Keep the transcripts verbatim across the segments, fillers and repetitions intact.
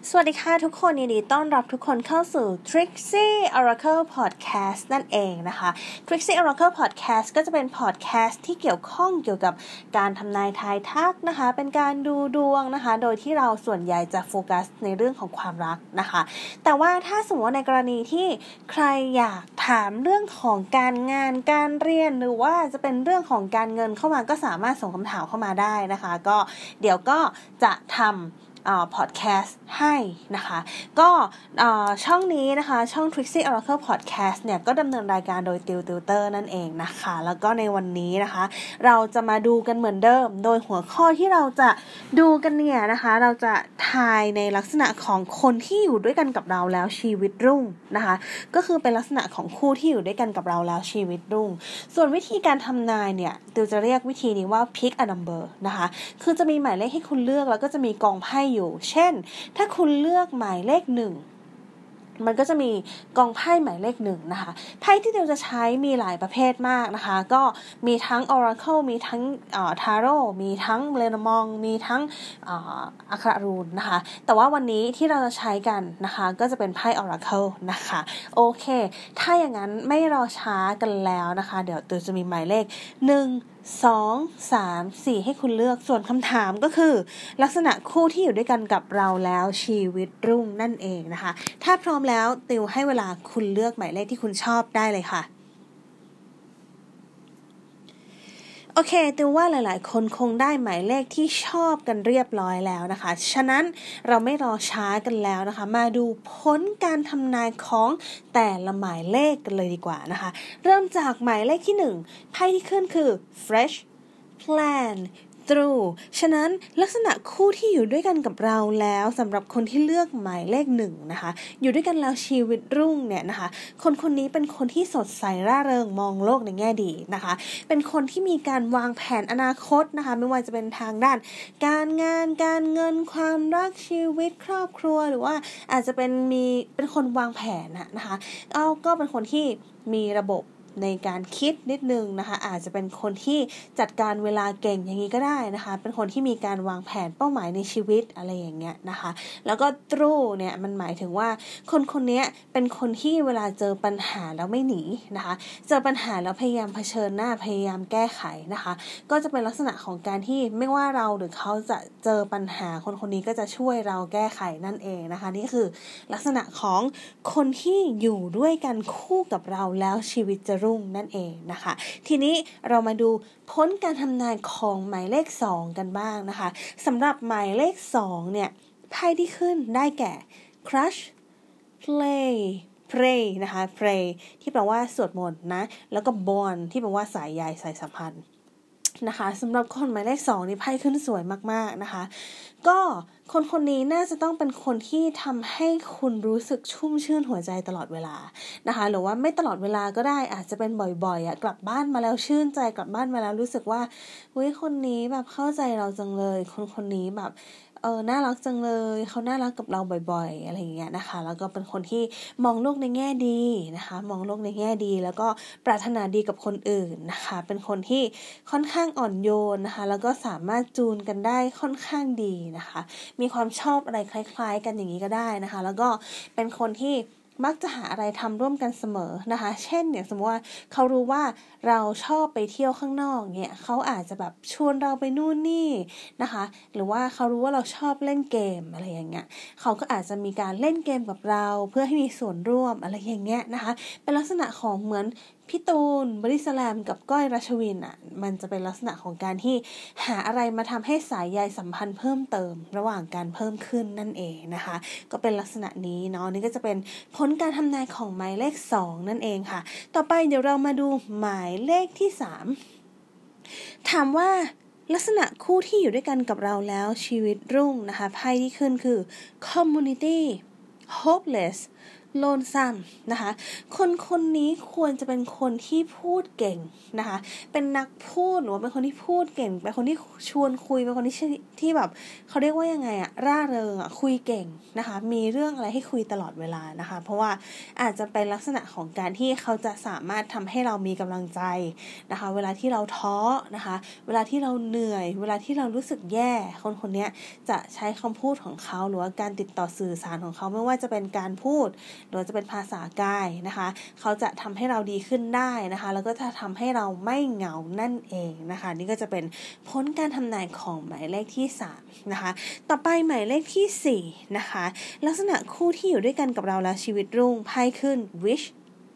สวัสดีค่ะทุกคนยินดีต้อนรับทุกคนเข้าสู่ Trixie Oracle Podcast นั่นเองนะคะ Trixie Oracle Podcast ก็จะเป็น podcast ที่เกี่ยวข้องเกี่ยวกับการทำนายทายทักนะคะเป็นการดูดวงนะคะโดยที่เราส่วนใหญ่จะโฟกัสในเรื่องของความรักนะคะแต่ว่าถ้าสมมติในกรณีที่ใครอยากถามเรื่องของการงานการเรียนหรือว่าจะเป็นเรื่องของการเงินเข้ามาก็สามารถส่งคำถามเข้ามาได้นะคะก็เดี๋ยวก็จะทำอ่าพอดแคสต์ให้นะคะก็อ่าช่องนี้นะคะช่อง Trixie Oracle Podcast เนี่ยก็ดำเนินรายการโดยติวติวเตอร์นั่นเองนะคะแล้วก็ในวันนี้นะคะเราจะมาดูกันเหมือนเดิมโดยหัวข้อที่เราจะดูกันเนี่ยนะคะเราจะทายในลักษณะของคนที่อยู่ด้วยกันกับเราแล้วชีวิตรุ่งนะคะก็คือเป็นลักษณะของคู่ที่อยู่ด้วยกันกับเราแล้วชีวิตรุ่งส่วนวิธีการทำนายเนี่ยติวจะเรียกวิธีนี้ว่า pick a number นะคะคือจะมีหมายเลขให้คุณเลือกแล้วก็จะมีกองไพ่อยู่เช่นถ้าคุณเลือกหมายเลขหนึ่งมันก็จะมีกองไพ่หมายเลขหนึ่งนะคะไพ่ที่เราจะใช้มีหลายประเภทมากนะคะก็มีทั้ง Oracle มีทั้งเอ่อ Tarot มีทั้ง Lenormand มีทั้งเอ่ออัครารูนนะคะแต่ว่าวันนี้ที่เราจะใช้กันนะคะก็จะเป็นไพ่ Oracle นะคะโอเคถ้าอย่างนั้นไม่รอช้ากันแล้วนะคะเดี๋ยวตัวจะมีหมายเลขหนึ่งสอง สาม สี่ให้คุณเลือกส่วนคำถามก็คือลักษณะคู่ที่อยู่ด้วยกันกับเราแล้วชีวิตรุ่งนั่นเองนะคะถ้าพร้อมแล้วติวให้เวลาคุณเลือกหมายเลขที่คุณชอบได้เลยค่ะโอเคติวว่าหลายๆคนคงได้หมายเลขที่ชอบกันเรียบร้อยแล้วนะคะฉะนั้นเราไม่รอช้ากันแล้วนะคะมาดูผลการทำนายของแต่ละหมายเลขกันเลยดีกว่านะคะเริ่มจากหมายเลขที่หนึ่งไพ่ที่ขึ้นคือ fresh plan true ฉะนั้นลักษณะคู่ที่อยู่ด้วยกันกับเราแล้วสำหรับคนที่เลือกหมายเลขหนึ่งนะคะอยู่ด้วยกันแล้วชีวิตรุ่งเนี่ยนะคะคนคนนี้เป็นคนที่สดใสร่าเริงมองโลกในแง่ดีนะคะเป็นคนที่มีการวางแผนอนาคตนะคะไม่ว่าจะเป็นทางด้านการงานการเงินความรักชีวิตครอบครัวหรือว่าอาจจะเป็นมีเป็นคนวางแผนนะคะเอาก็เป็นคนที่มีระบบในการคิดนิดนึงนะคะอาจจะเป็นคนที่จัดการเวลาเก่งอย่างนี้ก็ได้นะคะเป็นคนที่มีการวางแผนเป้าหมายในชีวิตอะไรอย่างเงี้ยนะคะแล้วก็ true เนี่ยมันหมายถึงว่าคนคนนี้เป็นคนที่เวลาเจอปัญหาแล้วไม่หนีนะคะเจอปัญหาแล้วพยายามเผชิญหน้าพยายามแก้ไขนะคะก็จะเป็นลักษณะของการที่ไม่ว่าเราหรือเขาจะเจอปัญหาคนคนนี้ก็จะช่วยเราแก้ไขนั่นเองนะคะนี่คือลักษณะของคนที่อยู่ด้วยกันคู่กับเราแล้วชีวิตจะรุ่งนั่นเองนะคะทีนี้เรามาดูผลการทำนายของหมายเลขสองกันบ้างนะคะสำหรับหมายเลขสองเนี่ยไพ่ที่ขึ้นได้แก่ crush play pray นะคะ pray ที่แปลว่าสวดมนต์นะแล้วก็ bond ที่แปลว่าสายใยสายสัมพันธ์นะคะสำหรับคนหมายเลขสองนี่ไพ่ขึ้นสวยมากๆนะคะก็คนคนนี้น่าจะต้องเป็นคนที่ทำให้คุณรู้สึกชุ่มชื่นหัวใจตลอดเวลานะคะหรือว่าไม่ตลอดเวลาก็ได้อาจจะเป็นบ่อยๆอ่ะกลับบ้านมาแล้วชื่นใจกลับบ้านมาแล้วรู้สึกว่าเฮ้ยคนนี้แบบเข้าใจเราจังเลยคนคนนี้แบบเออน่ารักจังเลยเขาน่ารักกับเราบ่อยๆอะไรอย่างเงี้ยนะคะแล้วก็เป็นคนที่มองโลกในแง่ดีนะคะมองโลกในแง่ดีแล้วก็ปรารถนาดีกับคนอื่นนะคะเป็นคนที่ค่อนข้างอ่อนโยนนะคะแล้วก็สามารถจูนกันได้ค่อนข้างดีนะคะมีความชอบอะไรคล้ายๆกันอย่างนี้ก็ได้นะคะแล้วก็เป็นคนที่มักจะหาอะไรทำร่วมกันเสมอนะคะเช่นเนี่ยสมมติว่าเขารู้ว่าเราชอบไปเที่ยวข้างนอกเนี่ยเขาอาจจะแบบชวนเราไปนู่นนี่นะคะหรือว่าเขารู้ว่าเราชอบเล่นเกมอะไรอย่างเงี้ยเขาก็อาจจะมีการเล่นเกมกับเราเพื่อให้มีส่วนร่วมอะไรอย่างเงี้ยนะคะเป็นลักษณะของเหมือนพี่ตูนบริสแลมกับก้อยรัชวินอ่ะมันจะเป็นลักษณะของการที่หาอะไรมาทำให้สายใยสัมพันธ์เพิ่มเติมระหว่างการเพิ่มขึ้นนั่นเองนะคะก็เป็นลักษณะนี้เนาะนี่ก็จะเป็นผลการทำนายของหมายเลขสองนั่นเองค่ะต่อไปเดี๋ยวเรามาดูหมายเลขที่สามถามว่าลักษณะคู่ที่อยู่ด้วยกันกับเราแล้วชีวิตรุ่งนะคะไพ่ที่ขึ้นคือ community hopeless โลนซ้ำนะคะคนคนนี้ควรจะเป็นคนที่พูดเก่งนะคะเป็นนักพูดหรือว่าเป็นคนที่พูดเก่งเป็นคนที่ชวนคุยเป็นคนที่ที่แบบเขาเรียกว่ายังไงอะร่าเริงอะคุยเก่งนะคะมีเรื่องอะไรให้คุยตลอดเวลานะคะเพราะว่าอาจจะเป็นลักษณะของการที่เขาจะสามารถทำให้เรามีกำลังใจนะคะเวลาที่เราท้อนะคะเวลาที่เราเหนื่อยเวลาที่เรารู้สึกแย่คนคนนี้จะใช้คำพูดของเขาหรือว่าการติดต่อสื่อสารของเขาไม่ว่าจะเป็นการพูดหรือจะเป็นภาษากายนะคะเขาจะทำให้เราดีขึ้นได้นะคะแล้วก็จะทำให้เราไม่เหงานั่นเองนะคะนี่ก็จะเป็นผลการทำนายของหมายเลขที่สามนะคะต่อไปหมายเลขที่สี่นะคะลักษณะคู่ที่อยู่ด้วยกันกับเราแล้วชีวิตรุ่งไพ่ขึ้น wish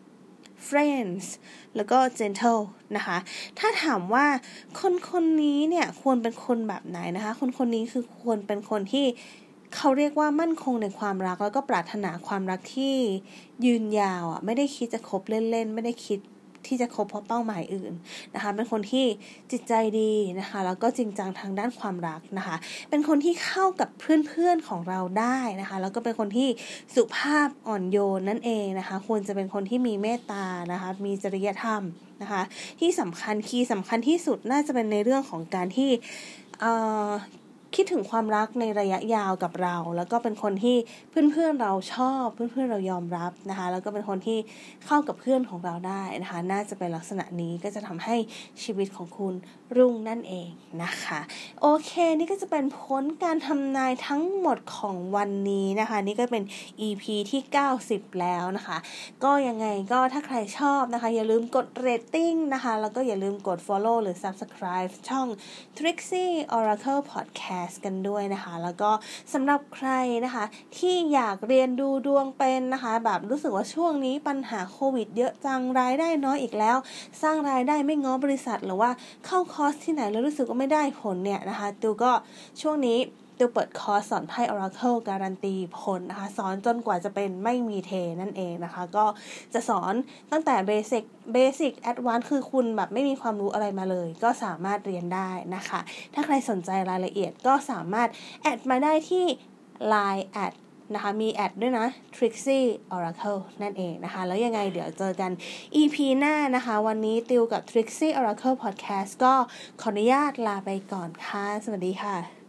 friends แล้วก็ gentle นะคะถ้าถามว่าคนคนนี้เนี่ยควรเป็นคนแบบไหนนะคะคนคนนี้คือควรเป็นคนที่เขาเรียกว่ามั่นคงในความรักแล้วก็ปรารถนาความรักที่ยืนยาวอ่ะไม่ได้คิดจะคบเล่นๆไม่ได้คิดที่จะคบเพราะเป้าหมายอื่นนะคะเป็นคนที่จิตใจดีนะคะแล้วก็จริงจังทางด้านความรักนะคะเป็นคนที่เข้ากับเพื่อนๆของเราได้นะคะแล้วก็เป็นคนที่สุภาพอ่อนโยนนั่นเองนะคะควรจะเป็นคนที่มีเมตตานะคะมีจริยธรรมนะคะที่สำคัญคีย์สำคัญที่สุดน่าจะเป็นในเรื่องของการที่เอ่อคิดถึงความรักในระยะยาวกับเราแล้วก็เป็นคนที่เพื่อนๆเราชอบเพื่อนๆเรายอมรับนะคะแล้วก็เป็นคนที่เข้ากับเพื่อนของเราได้นะคะน่าจะเป็นลักษณะนี้ก็จะทำให้ชีวิตของคุณรุ่งนั่นเองนะคะโอเคนี่ก็จะเป็นผลการทำนายทั้งหมดของวันนี้นะคะนี่ก็เป็น อี พี ที่เก้าสิบแล้วนะคะก็ยังไงก็ถ้าใครชอบนะคะอย่าลืมกดเรตติ้งนะคะแล้วก็อย่าลืมกด follow หรือ subscribe ช่อง Trixie Oracle Podcastกันด้วยนะคะแล้วก็สำหรับใครนะคะที่อยากเรียนดูดวงเป็นนะคะแบบรู้สึกว่าช่วงนี้ปัญหาโควิดเยอะจังรายได้น้อยอีกแล้วสร้างรายได้ไม่ง้อบริษัทหรือว่าเข้าคอร์สที่ไหนแล้วรู้สึกว่าไม่ได้ผลเนี่ยนะคะติวก็ช่วงนี้ติวเปิดคอร์สสอนไพ่ Oracle การันตีผลนะคะสอนจนกว่าจะเป็นไม่มีเทนั่นเองนะคะก็จะสอนตั้งแต่ Basic Basic Advanced คือคุณแบบไม่มีความรู้อะไรมาเลยก็สามารถเรียนได้นะคะถ้าใครสนใจรายละเอียดก็สามารถแอดมาได้ที่ ไลน์ แอดนะคะมีแอดด้วยนะ Trixie Oracle นั่นเองนะคะแล้วยังไงเดี๋ยวเจอกัน อี พี หน้านะคะวันนี้ติวกับ Trixie Oracle Podcast ก็ขออนุญาตลาไปก่อนค่ะสวัสดีค่ะ